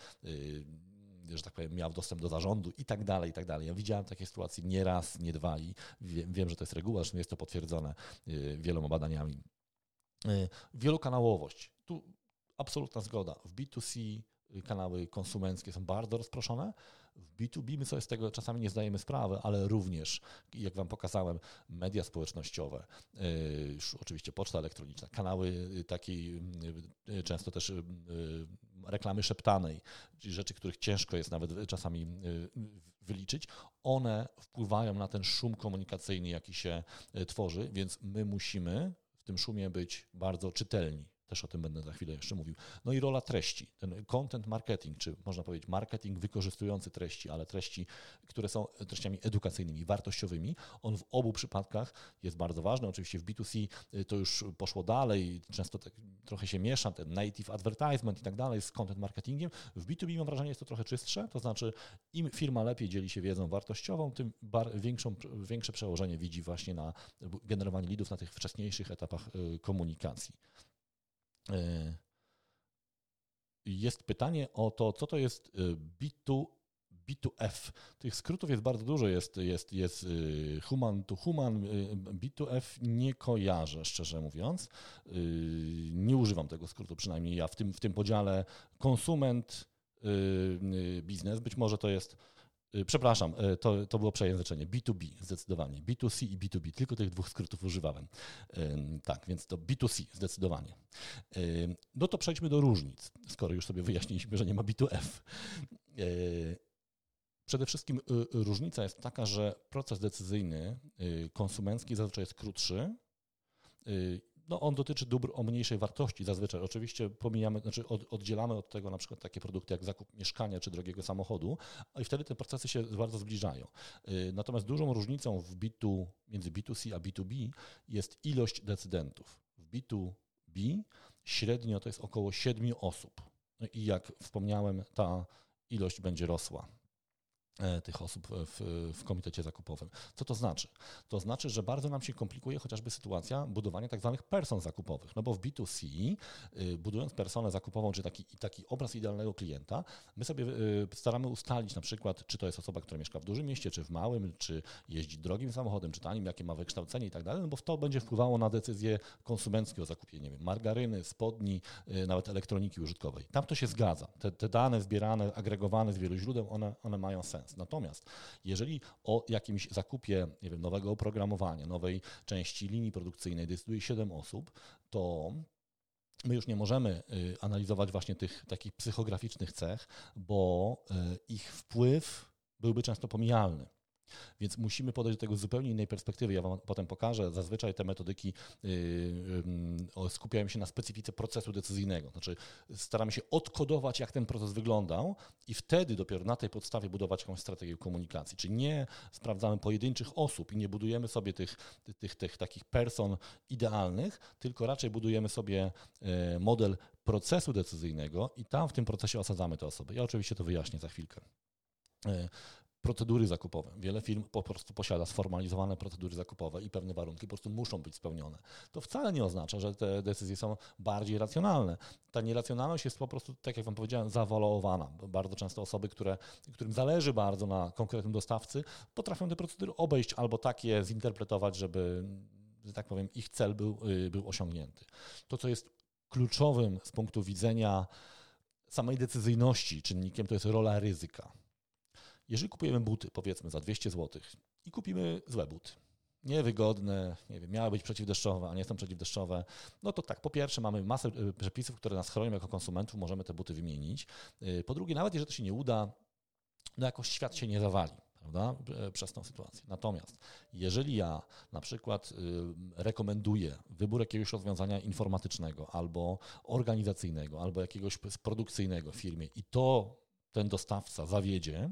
że tak powiem, miał dostęp do zarządu i tak dalej, i tak dalej. Ja widziałem takie sytuacje nie raz, nie dwa i wiem, że to jest reguła, zresztą jest to potwierdzone wieloma badaniami. Wielokanałowość. Tu absolutna zgoda. W B2C kanały konsumenckie są bardzo rozproszone. W B2B my sobie z tego czasami nie zdajemy sprawy, ale również, jak Wam pokazałem, media społecznościowe, już oczywiście poczta elektroniczna, kanały takiej często też reklamy szeptanej, czyli rzeczy, których ciężko jest nawet czasami wyliczyć, one wpływają na ten szum komunikacyjny, jaki się tworzy, więc my musimy w tym szumie być bardzo czytelni. Też o tym będę za chwilę jeszcze mówił. No i rola treści, ten content marketing, czy można powiedzieć marketing wykorzystujący treści, ale treści, które są treściami edukacyjnymi, wartościowymi, on w obu przypadkach jest bardzo ważny. Oczywiście w B2C to już poszło dalej, często tak trochę się miesza, ten native advertisement i tak dalej z content marketingiem. W B2B mam wrażenie, jest to trochę czystsze, to znaczy im firma lepiej dzieli się wiedzą wartościową, tym większe przełożenie widzi właśnie na generowanie leadów na tych wcześniejszych etapach komunikacji. Jest pytanie o to, co to jest B2F. Tych skrótów jest bardzo dużo, jest human to human, B2F nie kojarzę, szczerze mówiąc. Nie używam tego skrótu, przynajmniej ja w tym podziale konsument, biznes, być może to jest. Przepraszam, to było przejęzyczenie. B2B zdecydowanie. B2C i B2B. Tylko tych dwóch skrótów używałem. Tak, więc to B2C zdecydowanie. No to przejdźmy do różnic, skoro już sobie wyjaśniliśmy, że nie ma B2F. Przede wszystkim różnica jest taka, że proces decyzyjny konsumencki zazwyczaj jest krótszy. No, on dotyczy dóbr o mniejszej wartości zazwyczaj. Oczywiście oddzielamy od tego na przykład takie produkty jak zakup mieszkania czy drogiego samochodu, i wtedy te procesy się bardzo zbliżają. Natomiast dużą różnicą między B2C a B2B jest ilość decydentów. W B2B średnio to jest około 7 osób. No i jak wspomniałem, ta ilość będzie rosła, tych osób w komitecie zakupowym. Co to znaczy? To znaczy, że bardzo nam się komplikuje chociażby sytuacja budowania tak zwanych person zakupowych. No bo w B2C, budując personę zakupową, czy taki obraz idealnego klienta, my sobie staramy ustalić na przykład, czy to jest osoba, która mieszka w dużym mieście, czy w małym, czy jeździ drogim samochodem, czy tanim, jakie ma wykształcenie i tak dalej, no bo to będzie wpływało na decyzję konsumenckie o zakupie, nie wiem, margaryny, spodni, nawet elektroniki użytkowej. Tam to się zgadza. Te dane zbierane, agregowane z wielu źródeł, one mają sens. Natomiast jeżeli o jakimś zakupie, nie wiem, nowego oprogramowania, nowej części linii produkcyjnej decyduje 7 osób, to my już nie możemy analizować właśnie tych takich psychograficznych cech, bo ich wpływ byłby często pomijalny. Więc musimy podejść do tego z zupełnie innej perspektywy. Ja Wam potem pokażę. Zazwyczaj te metodyki skupiają się na specyfice procesu decyzyjnego. Znaczy staramy się odkodować, jak ten proces wyglądał i wtedy dopiero na tej podstawie budować jakąś strategię komunikacji. Czyli nie sprawdzamy pojedynczych osób i nie budujemy sobie tych takich person idealnych, tylko raczej budujemy sobie model procesu decyzyjnego i tam w tym procesie osadzamy te osoby. Ja oczywiście to wyjaśnię za chwilkę. Procedury zakupowe. Wiele firm po prostu posiada sformalizowane procedury zakupowe i pewne warunki po prostu muszą być spełnione. To wcale nie oznacza, że te decyzje są bardziej racjonalne. Ta nieracjonalność jest po prostu, tak jak Wam powiedziałem, zawoalowana. Bardzo często osoby, którym zależy bardzo na konkretnym dostawcy, potrafią te procedury obejść albo tak je zinterpretować, żeby, że tak powiem, ich cel był osiągnięty. To, co jest kluczowym z punktu widzenia samej decyzyjności czynnikiem, to jest rola ryzyka. Jeżeli kupujemy buty, powiedzmy, za 200 zł i kupimy złe buty, niewygodne, nie wiem, miały być przeciwdeszczowe, a nie są przeciwdeszczowe, no to tak, po pierwsze mamy masę przepisów, które nas chronią jako konsumentów, możemy te buty wymienić. Po drugie, nawet jeżeli to się nie uda, no jakoś świat się nie zawali, prawda, przez tą sytuację. Natomiast jeżeli ja na przykład rekomenduję wybór jakiegoś rozwiązania informatycznego albo organizacyjnego, albo jakiegoś produkcyjnego w firmie i ten dostawca zawiedzie,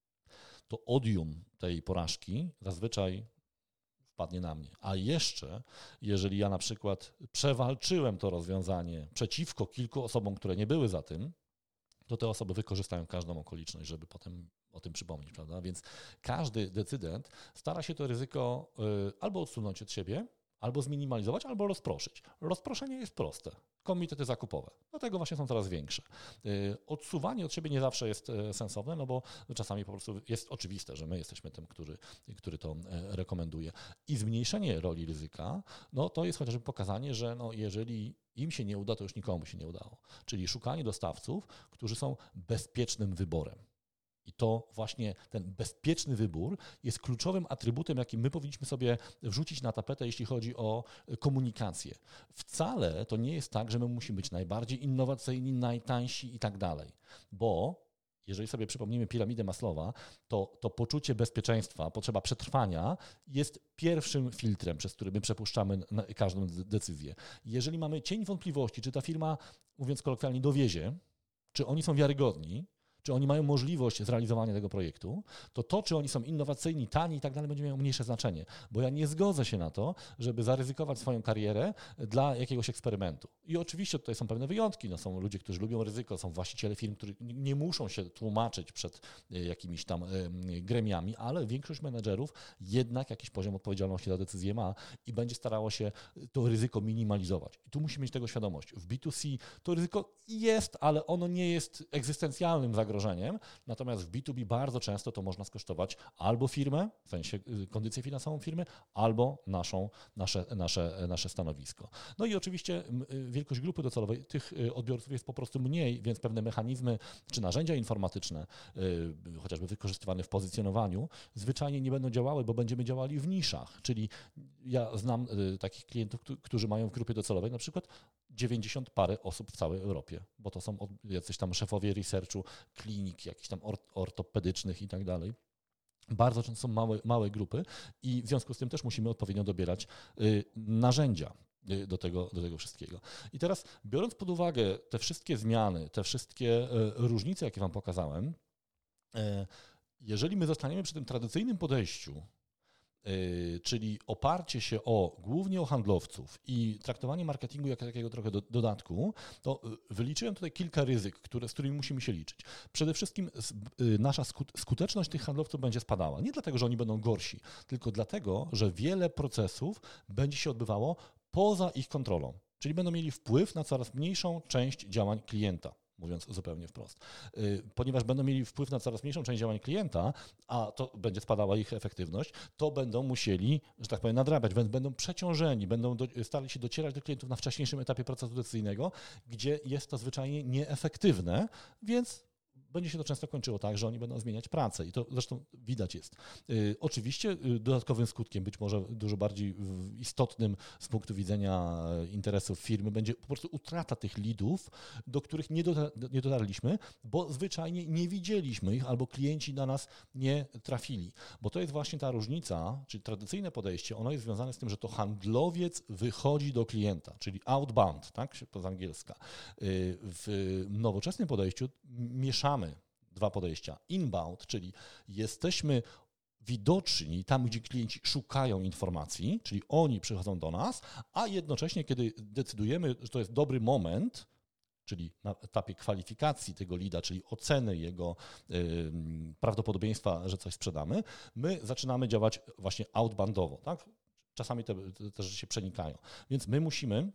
to odium tej porażki zazwyczaj wpadnie na mnie. A jeszcze, jeżeli ja na przykład przewalczyłem to rozwiązanie przeciwko kilku osobom, które nie były za tym, to te osoby wykorzystają każdą okoliczność, żeby potem o tym przypomnieć, prawda? Więc każdy decydent stara się to ryzyko albo odsunąć od siebie, Albo zminimalizować, albo rozproszyć. Rozproszenie jest proste. Komitety zakupowe. Dlatego właśnie są coraz większe. Odsuwanie od siebie nie zawsze jest sensowne, no bo czasami po prostu jest oczywiste, że my jesteśmy tym, który to rekomenduje. I zmniejszenie roli ryzyka, no to jest chociażby pokazanie, że no jeżeli im się nie uda, to już nikomu się nie udało. Czyli szukanie dostawców, którzy są bezpiecznym wyborem. I to właśnie ten bezpieczny wybór jest kluczowym atrybutem, jaki my powinniśmy sobie wrzucić na tapetę, jeśli chodzi o komunikację. Wcale to nie jest tak, że my musimy być najbardziej innowacyjni, najtańsi i tak dalej, bo jeżeli sobie przypomnimy piramidę Maslowa, to poczucie bezpieczeństwa, potrzeba przetrwania jest pierwszym filtrem, przez który my przepuszczamy każdą decyzję. Jeżeli mamy cień wątpliwości, czy ta firma, mówiąc kolokwialnie, dowiezie, czy oni są wiarygodni, czy oni mają możliwość zrealizowania tego projektu, to czy oni są innowacyjni, tani i tak dalej, będzie miało mniejsze znaczenie. Bo ja nie zgodzę się na to, żeby zaryzykować swoją karierę dla jakiegoś eksperymentu. I oczywiście tutaj są pewne wyjątki. No, są ludzie, którzy lubią ryzyko, są właściciele firm, którzy nie muszą się tłumaczyć przed jakimiś tam gremiami, ale większość menedżerów jednak jakiś poziom odpowiedzialności za decyzję ma i będzie starało się to ryzyko minimalizować. I tu musimy mieć tego świadomość. W B2C to ryzyko jest, ale ono nie jest egzystencjalnym zagrożeniem, natomiast w B2B bardzo często to można skosztować albo firmę, w sensie kondycję finansową firmy, albo nasze stanowisko. No i oczywiście wielkość grupy docelowej tych odbiorców jest po prostu mniej, więc pewne mechanizmy czy narzędzia informatyczne, chociażby wykorzystywane w pozycjonowaniu, zwyczajnie nie będą działały, bo będziemy działali w niszach. Czyli ja znam takich klientów, którzy mają w grupie docelowej na przykład 90 parę osób w całej Europie, bo to są jacyś tam szefowie researchu, klinik, jakichś tam ortopedycznych i tak dalej. Bardzo często są małe grupy i w związku z tym też musimy odpowiednio dobierać narzędzia do tego wszystkiego. I teraz biorąc pod uwagę te wszystkie zmiany, te wszystkie różnice, jakie Wam pokazałem, jeżeli my zostaniemy przy tym tradycyjnym podejściu, czyli oparcie się głównie o handlowców i traktowanie marketingu jako takiego trochę dodatku, to wyliczyłem tutaj kilka ryzyk, z którymi musimy się liczyć. Przede wszystkim nasza skuteczność tych handlowców będzie spadała. Nie dlatego, że oni będą gorsi, tylko dlatego, że wiele procesów będzie się odbywało poza ich kontrolą, czyli będą mieli wpływ na coraz mniejszą część działań klienta. Mówiąc zupełnie wprost. Ponieważ będą mieli wpływ na coraz mniejszą część działań klienta, a to będzie spadała ich efektywność, to będą musieli, że tak powiem, nadrabiać, będą przeciążeni, będą starali się docierać do klientów na wcześniejszym etapie procesu decyzyjnego, gdzie jest to zwyczajnie nieefektywne, więc będzie się to często kończyło tak, że oni będą zmieniać pracę i to zresztą widać jest. Oczywiście dodatkowym skutkiem, być może dużo bardziej istotnym z punktu widzenia interesów firmy, będzie po prostu utrata tych leadów, do których nie dotarliśmy, bo zwyczajnie nie widzieliśmy ich albo klienci na nas nie trafili. Bo to jest właśnie ta różnica, czyli tradycyjne podejście, ono jest związane z tym, że to handlowiec wychodzi do klienta, czyli outbound, tak się z angielska. W nowoczesnym podejściu mieszamy dwa podejścia. Inbound, czyli jesteśmy widoczni tam, gdzie klienci szukają informacji, czyli oni przychodzą do nas, a jednocześnie, kiedy decydujemy, że to jest dobry moment, czyli na etapie kwalifikacji tego leada, czyli oceny jego prawdopodobieństwa, że coś sprzedamy, my zaczynamy działać właśnie outboundowo. Tak? Czasami te rzeczy się przenikają. Więc my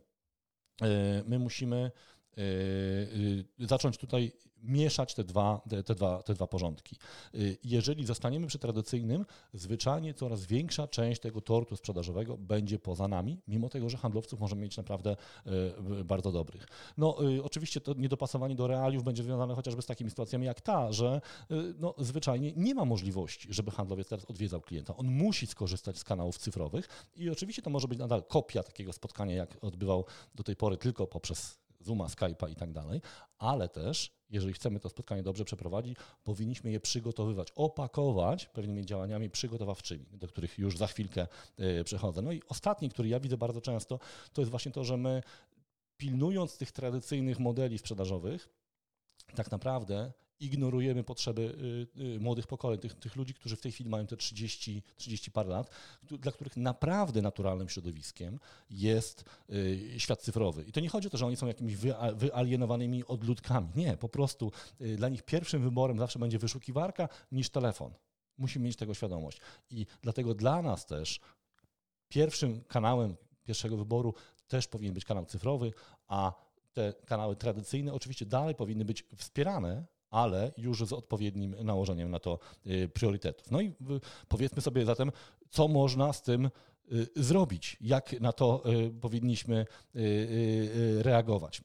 musimy zacząć tutaj mieszać te dwa porządki. Jeżeli zostaniemy przy tradycyjnym, zwyczajnie coraz większa część tego tortu sprzedażowego będzie poza nami, mimo tego, że handlowców możemy mieć naprawdę bardzo dobrych. No, oczywiście to niedopasowanie do realiów będzie związane chociażby z takimi sytuacjami jak ta, że no, zwyczajnie nie ma możliwości, żeby handlowiec teraz odwiedzał klienta. On musi skorzystać z kanałów cyfrowych i oczywiście to może być nadal kopia takiego spotkania, jak odbywał do tej pory tylko poprzez Zooma, Skype'a i tak dalej, ale też, jeżeli chcemy to spotkanie dobrze przeprowadzić, powinniśmy je przygotowywać, opakować pewnymi działaniami przygotowawczymi, do których już za chwilkę przechodzę. No i ostatni, który ja widzę bardzo często, to jest właśnie to, że my pilnując tych tradycyjnych modeli sprzedażowych, tak naprawdę ignorujemy potrzeby młodych pokoleń, tych ludzi, którzy w tej chwili mają te 30 parę lat, dla których naprawdę naturalnym środowiskiem jest świat cyfrowy. I to nie chodzi o to, że oni są jakimiś wyalienowanymi odludkami. Nie, po prostu dla nich pierwszym wyborem zawsze będzie wyszukiwarka niż telefon. Musimy mieć tego świadomość. I dlatego dla nas też pierwszym kanałem pierwszego wyboru też powinien być kanał cyfrowy, a te kanały tradycyjne oczywiście dalej powinny być wspierane, ale już z odpowiednim nałożeniem na to priorytetów. No i powiedzmy sobie zatem, co można z tym zrobić, jak na to powinniśmy reagować.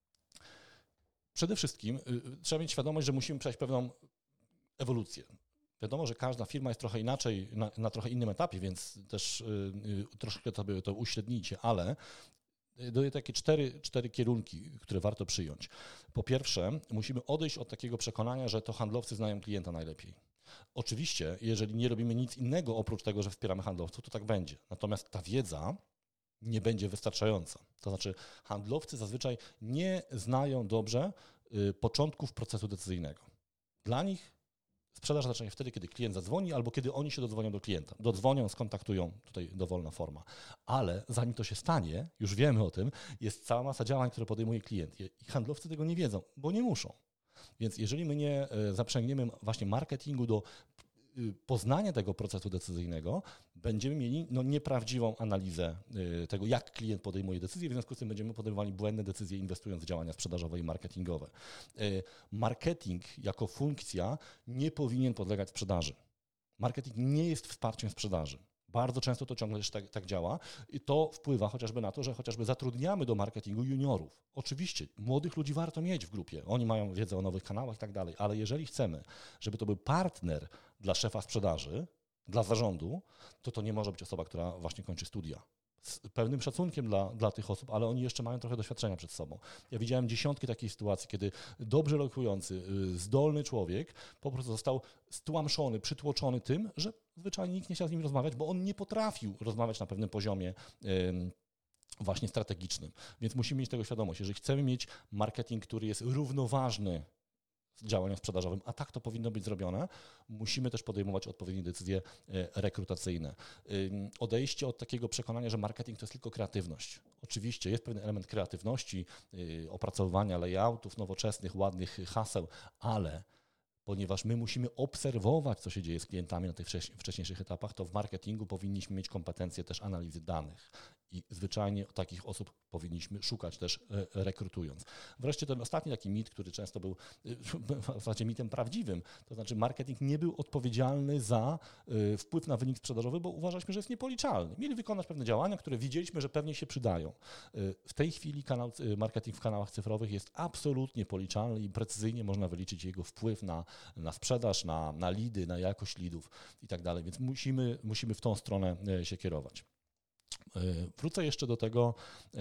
Przede wszystkim trzeba mieć świadomość, że musimy przejść pewną ewolucję. Wiadomo, że każda firma jest trochę inaczej, na trochę innym etapie, więc też troszkę sobie to uśrednijcie, ale daję takie cztery kierunki, które warto przyjąć. Po pierwsze, musimy odejść od takiego przekonania, że to handlowcy znają klienta najlepiej. Oczywiście, jeżeli nie robimy nic innego oprócz tego, że wspieramy handlowców, to tak będzie. Natomiast ta wiedza nie będzie wystarczająca. To znaczy handlowcy zazwyczaj nie znają dobrze początków procesu decyzyjnego. Dla nich sprzedaż zaczyna się wtedy, kiedy klient zadzwoni albo kiedy oni się dodzwonią do klienta. Dodzwonią, skontaktują, tutaj dowolna forma. Ale zanim to się stanie, już wiemy o tym, jest cała masa działań, które podejmuje klient. I handlowcy tego nie wiedzą, bo nie muszą. Więc jeżeli my nie zaprzęgniemy właśnie marketingu do poznania tego procesu decyzyjnego, będziemy mieli nieprawdziwą analizę tego, jak klient podejmuje decyzje, w związku z tym będziemy podejmowali błędne decyzje, inwestując w działania sprzedażowe i marketingowe. Marketing jako funkcja nie powinien podlegać sprzedaży. Marketing nie jest wsparciem sprzedaży. Bardzo często to ciągle tak działa i to wpływa chociażby na to, że chociażby zatrudniamy do marketingu juniorów. Oczywiście młodych ludzi warto mieć w grupie, oni mają wiedzę o nowych kanałach i tak dalej, ale jeżeli chcemy, żeby to był partner dla szefa sprzedaży, dla zarządu, to nie może być osoba, która właśnie kończy studia. Z pewnym szacunkiem dla tych osób, ale oni jeszcze mają trochę doświadczenia przed sobą. Ja widziałem dziesiątki takich sytuacji, kiedy dobrze lokujący, zdolny człowiek po prostu został stłamszony, przytłoczony tym, że zwyczajnie nikt nie chciał z nim rozmawiać, bo on nie potrafił rozmawiać na pewnym poziomie właśnie strategicznym. Więc musimy mieć tego świadomość. Jeżeli chcemy mieć marketing, który jest równoważny z działaniem sprzedażowym, a tak to powinno być zrobione, musimy też podejmować odpowiednie decyzje rekrutacyjne. Odejście od takiego przekonania, że marketing to jest tylko kreatywność. Oczywiście jest pewien element kreatywności, opracowywania layoutów nowoczesnych, ładnych haseł, ale ponieważ my musimy obserwować, co się dzieje z klientami na tych wcześniejszych etapach, to w marketingu powinniśmy mieć kompetencje też analizy danych i zwyczajnie takich osób powinniśmy szukać też rekrutując. Wreszcie ten ostatni taki mit, który często był w zasadzie mitem prawdziwym, to znaczy marketing nie był odpowiedzialny za wpływ na wynik sprzedażowy, bo uważaliśmy, że jest niepoliczalny. Mieli wykonać pewne działania, które widzieliśmy, że pewnie się przydają. W tej chwili marketing w kanałach cyfrowych jest absolutnie policzalny i precyzyjnie można wyliczyć jego wpływ na sprzedaż, na lidy, na jakość lidów i tak dalej, więc musimy w tą stronę się kierować. Wrócę jeszcze do tego,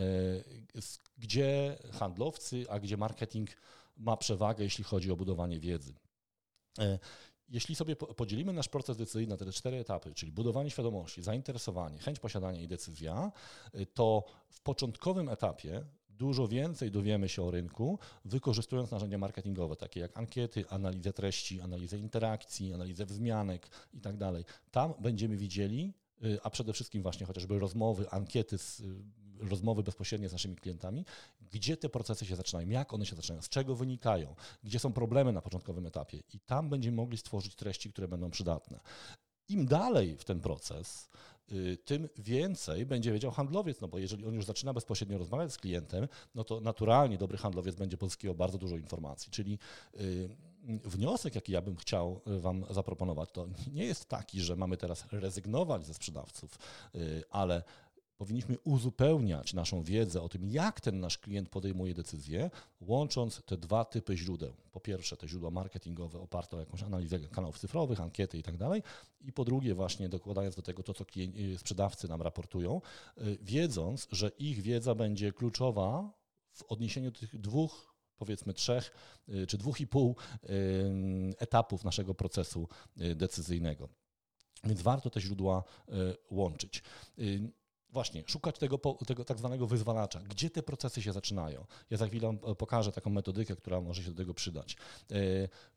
gdzie handlowcy, a gdzie marketing ma przewagę, jeśli chodzi o budowanie wiedzy. Jeśli sobie podzielimy nasz proces decyzyjny na te 4 etapy, czyli budowanie świadomości, zainteresowanie, chęć posiadania i decyzja, to w początkowym etapie dużo więcej dowiemy się o rynku, wykorzystując narzędzia marketingowe, takie jak ankiety, analizę treści, analizę interakcji, analizę wzmianek i tak dalej. Tam będziemy widzieli, a przede wszystkim właśnie chociażby rozmowy, ankiety, rozmowy bezpośrednie z naszymi klientami, gdzie te procesy się zaczynają, jak one się zaczynają, z czego wynikają, gdzie są problemy na początkowym etapie i tam będziemy mogli stworzyć treści, które będą przydatne. Im dalej w ten proces, tym więcej będzie wiedział handlowiec, no bo jeżeli on już zaczyna bezpośrednio rozmawiać z klientem, no to naturalnie dobry handlowiec będzie pozyskiwał bardzo dużo informacji, czyli wniosek, jaki ja bym chciał Wam zaproponować, to nie jest taki, że mamy teraz rezygnować ze sprzedawców, ale powinniśmy uzupełniać naszą wiedzę o tym, jak ten nasz klient podejmuje decyzje, łącząc te 2 typy źródeł. Po pierwsze te źródła marketingowe oparte o jakąś analizę kanałów cyfrowych, ankiety i tak dalej. I po drugie właśnie dokładając do tego to, co sprzedawcy nam raportują, wiedząc, że ich wiedza będzie kluczowa w odniesieniu do tych 2, powiedzmy 3 czy 2,5 etapów naszego procesu decyzyjnego. Więc warto te źródła łączyć. Właśnie, szukać tego tak zwanego wyzwalacza. Gdzie te procesy się zaczynają? Ja za chwilę pokażę taką metodykę, która może się do tego przydać.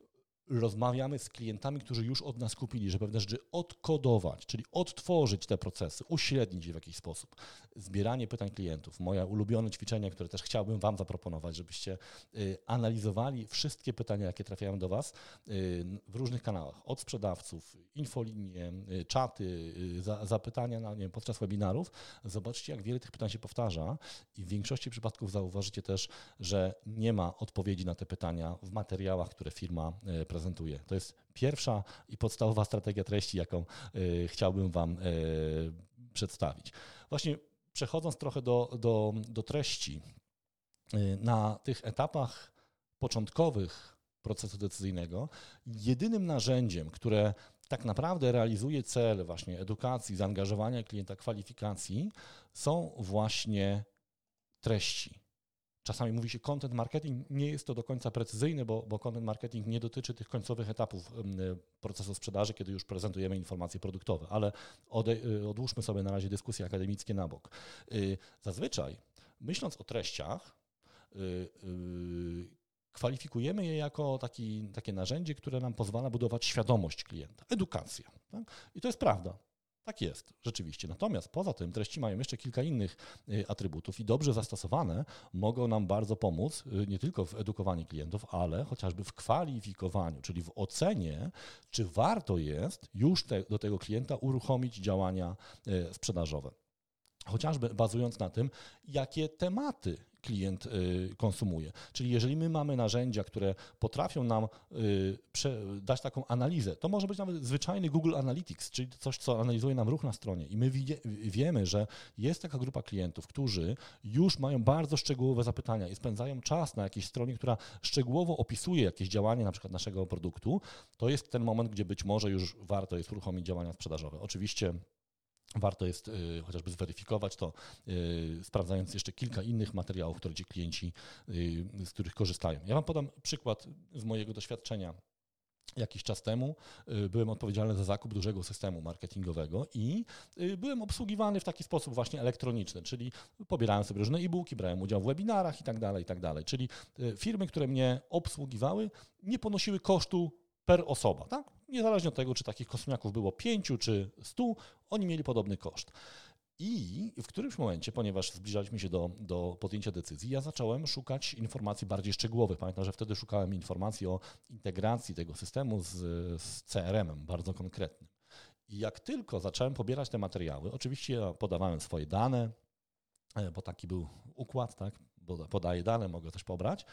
rozmawiamy z klientami, którzy już od nas kupili, żeby pewne rzeczy odkodować, czyli odtworzyć te procesy, uśrednić je w jakiś sposób. Zbieranie pytań klientów. Moje ulubione ćwiczenie, które też chciałbym Wam zaproponować, żebyście analizowali wszystkie pytania, jakie trafiają do Was w różnych kanałach. Od sprzedawców, infolinie, czaty, zapytania podczas webinarów. Zobaczcie, jak wiele tych pytań się powtarza i w większości przypadków zauważycie też, że nie ma odpowiedzi na te pytania w materiałach, które firma prezentuje. To jest pierwsza i podstawowa strategia treści, jaką chciałbym Wam przedstawić. Właśnie przechodząc trochę do treści, na tych etapach początkowych procesu decyzyjnego, jedynym narzędziem, które tak naprawdę realizuje cel właśnie edukacji, zaangażowania klienta, kwalifikacji, są właśnie treści. Czasami mówi się content marketing, nie jest to do końca precyzyjne, bo content marketing nie dotyczy tych końcowych etapów procesu sprzedaży, kiedy już prezentujemy informacje produktowe, ale odłóżmy sobie na razie dyskusje akademickie na bok. Zazwyczaj, myśląc o treściach, kwalifikujemy je jako takie narzędzie, które nam pozwala budować świadomość klienta, edukację. Tak? I to jest prawda. Tak jest, rzeczywiście. Natomiast poza tym treści mają jeszcze kilka innych atrybutów i dobrze zastosowane mogą nam bardzo pomóc nie tylko w edukowaniu klientów, ale chociażby w kwalifikowaniu, czyli w ocenie, czy warto jest już do tego klienta uruchomić działania sprzedażowe. Chociażby bazując na tym, jakie tematy klient konsumuje. Czyli jeżeli my mamy narzędzia, które potrafią nam dać taką analizę, to może być nawet zwyczajny Google Analytics, czyli coś, co analizuje nam ruch na stronie i my wiemy, że jest taka grupa klientów, którzy już mają bardzo szczegółowe zapytania i spędzają czas na jakiejś stronie, która szczegółowo opisuje jakieś działanie na przykład naszego produktu, to jest ten moment, gdzie być może już warto jest uruchomić działania sprzedażowe. Oczywiście warto jest chociażby zweryfikować to, sprawdzając jeszcze kilka innych materiałów, które ci klienci, z których korzystają. Ja Wam podam przykład z mojego doświadczenia. Jakiś czas temu byłem odpowiedzialny za zakup dużego systemu marketingowego i byłem obsługiwany w taki sposób właśnie elektroniczny, czyli pobierałem sobie różne e-booki, brałem udział w webinarach i tak dalej. Czyli firmy, które mnie obsługiwały, nie ponosiły kosztu per osoba, tak? Niezależnie od tego, czy takich kosmiaków było 5 czy 100, oni mieli podobny koszt. I w którymś momencie, ponieważ zbliżaliśmy się do podjęcia decyzji, ja zacząłem szukać informacji bardziej szczegółowych. Pamiętam, że wtedy szukałem informacji o integracji tego systemu z CRM-em, bardzo konkretnym. I jak tylko zacząłem pobierać te materiały, oczywiście ja podawałem swoje dane, bo taki był układ, tak? Podaję dane, mogę też pobrać,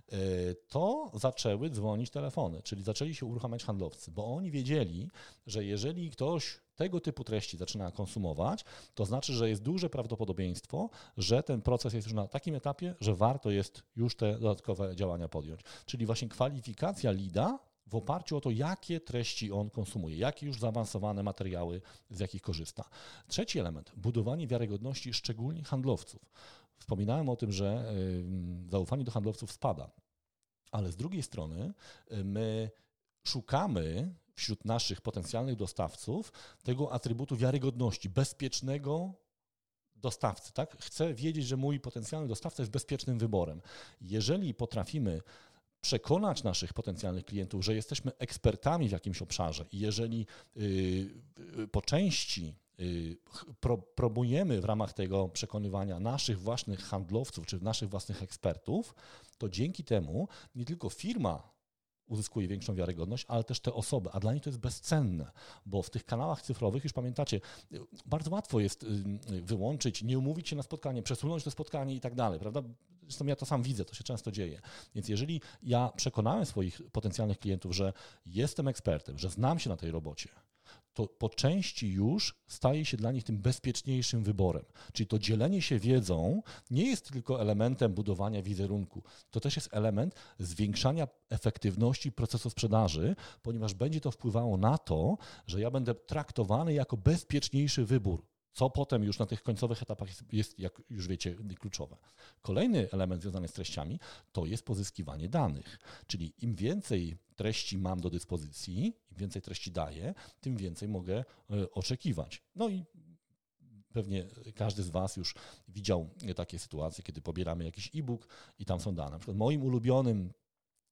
to zaczęły dzwonić telefony, czyli zaczęli się uruchamiać handlowcy, bo oni wiedzieli, że jeżeli ktoś tego typu treści zaczyna konsumować, to znaczy, że jest duże prawdopodobieństwo, że ten proces jest już na takim etapie, że warto jest już te dodatkowe działania podjąć. Czyli właśnie kwalifikacja leada w oparciu o to, jakie treści on konsumuje, jakie już zaawansowane materiały, z jakich korzysta. Trzeci element, budowanie wiarygodności szczególnie handlowców. Wspominałem o tym, że zaufanie do handlowców spada, ale z drugiej strony my szukamy wśród naszych potencjalnych dostawców tego atrybutu wiarygodności, bezpiecznego dostawcy. Tak? Chcę wiedzieć, że mój potencjalny dostawca jest bezpiecznym wyborem. Jeżeli potrafimy przekonać naszych potencjalnych klientów, że jesteśmy ekspertami w jakimś obszarze i jeżeli po części próbujemy w ramach tego przekonywania naszych własnych handlowców czy naszych własnych ekspertów, to dzięki temu nie tylko firma uzyskuje większą wiarygodność, ale też te osoby, a dla nich to jest bezcenne, bo w tych kanałach cyfrowych, już pamiętacie, bardzo łatwo jest wyłączyć, nie umówić się na spotkanie, przesunąć to spotkanie i tak dalej, prawda? Zresztą ja to sam widzę, to się często dzieje. Więc jeżeli ja przekonałem swoich potencjalnych klientów, że jestem ekspertem, że znam się na tej robocie, to po części już staje się dla nich tym bezpieczniejszym wyborem. Czyli to dzielenie się wiedzą nie jest tylko elementem budowania wizerunku, to też jest element zwiększania efektywności procesu sprzedaży, ponieważ będzie to wpływało na to, że ja będę traktowany jako bezpieczniejszy wybór, co potem już na tych końcowych etapach jest, jak już wiecie, kluczowe. Kolejny element związany z treściami to jest pozyskiwanie danych, czyli im więcej treści mam do dyspozycji, im więcej treści daję, tym więcej mogę oczekiwać. No i pewnie każdy z Was już widział takie sytuacje, kiedy pobieramy jakiś e-book i tam są dane. Na przykład moim ulubionym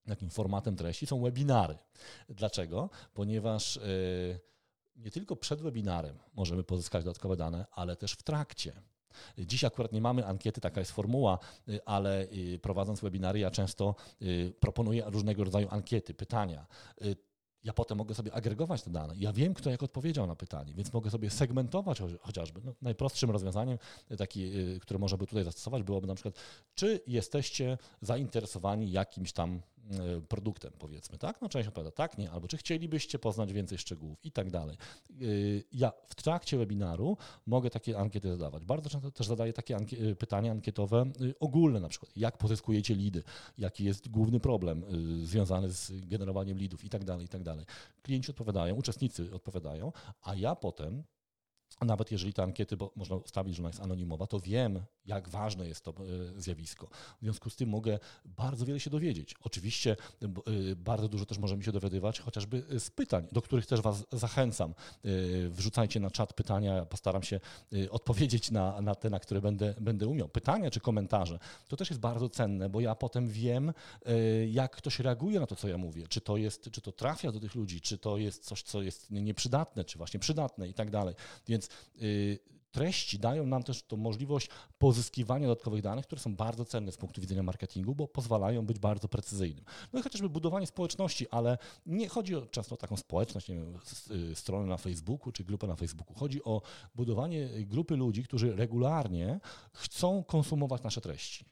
takim formatem treści są webinary. Dlaczego? Ponieważ nie tylko przed webinarem możemy pozyskać dodatkowe dane, ale też w trakcie. Dziś akurat nie mamy ankiety, taka jest formuła, ale prowadząc webinary ja często proponuję różnego rodzaju ankiety, pytania. Ja potem mogę sobie agregować te dane. Ja wiem, kto jak odpowiedział na pytanie, więc mogę sobie segmentować chociażby. Najprostszym rozwiązaniem, które można by tutaj zastosować, byłoby na przykład, czy jesteście zainteresowani jakimś tam produktem, powiedzmy, tak? Część odpowiada tak, nie, albo czy chcielibyście poznać więcej szczegółów i tak dalej. Ja w trakcie webinaru mogę takie ankiety zadawać. Bardzo często też zadaję takie pytania ankietowe ogólne, na przykład jak pozyskujecie leady, jaki jest główny problem związany z generowaniem leadów i tak dalej, i tak dalej. Klienci odpowiadają, uczestnicy odpowiadają, a ja potem, nawet jeżeli te ankiety, bo można ustawić, że ona jest anonimowa, to wiem, jak ważne jest to zjawisko. W związku z tym mogę bardzo wiele się dowiedzieć. Oczywiście bardzo dużo też możemy się dowiadywać chociażby z pytań, do których też Was zachęcam. Wrzucajcie na czat pytania, ja postaram się odpowiedzieć na te, na które będę umiał. Pytania czy komentarze, to też jest bardzo cenne, bo ja potem wiem, jak ktoś reaguje na to, co ja mówię. Czy to trafia do tych ludzi, czy to jest coś, co jest nieprzydatne, czy właśnie przydatne i tak dalej. Więc treści dają nam też tą możliwość pozyskiwania dodatkowych danych, które są bardzo cenne z punktu widzenia marketingu, bo pozwalają być bardzo precyzyjnym. No i chociażby budowanie społeczności, ale nie chodzi często o taką społeczność, nie wiem, stronę na Facebooku czy grupę na Facebooku. Chodzi o budowanie grupy ludzi, którzy regularnie chcą konsumować nasze treści.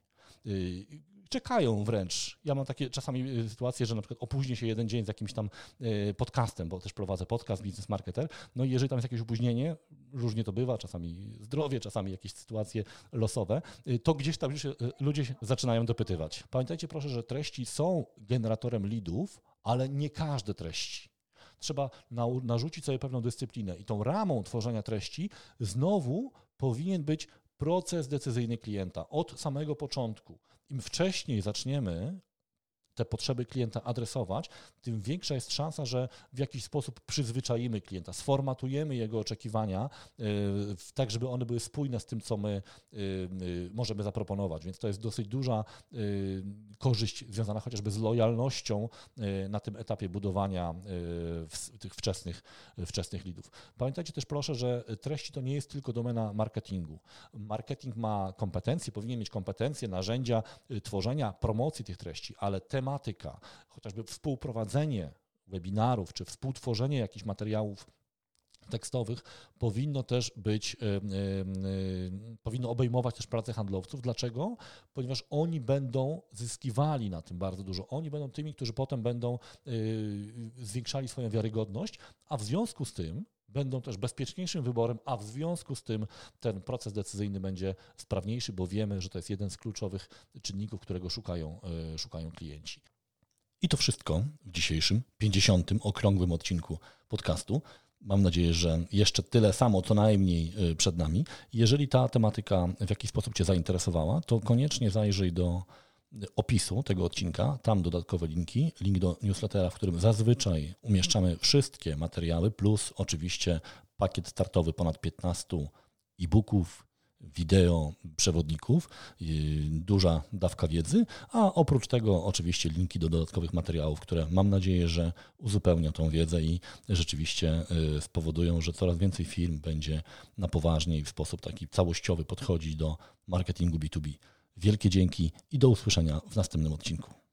Czekają wręcz. Ja mam takie czasami sytuacje, że na przykład opóźnię się jeden dzień z jakimś tam podcastem, bo też prowadzę podcast Business Marketer. No i jeżeli tam jest jakieś opóźnienie, różnie to bywa, czasami zdrowie, czasami jakieś sytuacje losowe, to gdzieś tam już ludzie się zaczynają dopytywać. Pamiętajcie proszę, że treści są generatorem leadów, ale nie każde treści. Trzeba narzucić sobie pewną dyscyplinę i tą ramą tworzenia treści znowu powinien być proces decyzyjny klienta od samego początku. Im wcześniej zaczniemy te potrzeby klienta adresować, tym większa jest szansa, że w jakiś sposób przyzwyczaimy klienta, sformatujemy jego oczekiwania tak, żeby one były spójne z tym, co my możemy zaproponować. Więc to jest dosyć duża korzyść związana chociażby z lojalnością na tym etapie budowania tych wczesnych leadów. Pamiętajcie też proszę, że treści to nie jest tylko domena marketingu. Marketing ma kompetencje, powinien mieć kompetencje, narzędzia tworzenia, promocji tych treści, ale tematyka, chociażby współprowadzenie webinarów czy współtworzenie jakichś materiałów tekstowych powinno też być, powinno obejmować też pracę handlowców. Dlaczego? Ponieważ oni będą zyskiwali na tym bardzo dużo. Oni będą tymi, którzy potem będą zwiększali swoją wiarygodność, a w związku z tym będą też bezpieczniejszym wyborem, a w związku z tym ten proces decyzyjny będzie sprawniejszy, bo wiemy, że to jest jeden z kluczowych czynników, którego szukają klienci. I to wszystko w dzisiejszym 50. okrągłym odcinku podcastu. Mam nadzieję, że jeszcze tyle samo, co najmniej przed nami. Jeżeli ta tematyka w jakiś sposób Cię zainteresowała, to koniecznie zajrzyj do opisu tego odcinka, tam dodatkowe linki, link do newslettera, w którym zazwyczaj umieszczamy wszystkie materiały, plus oczywiście pakiet startowy ponad 15 e-booków, wideo, przewodników, duża dawka wiedzy, a oprócz tego oczywiście linki do dodatkowych materiałów, które mam nadzieję, że uzupełnią tą wiedzę i rzeczywiście spowodują, że coraz więcej firm będzie na poważnie i w sposób taki całościowy podchodzić do marketingu B2B. Wielkie dzięki i do usłyszenia w następnym odcinku.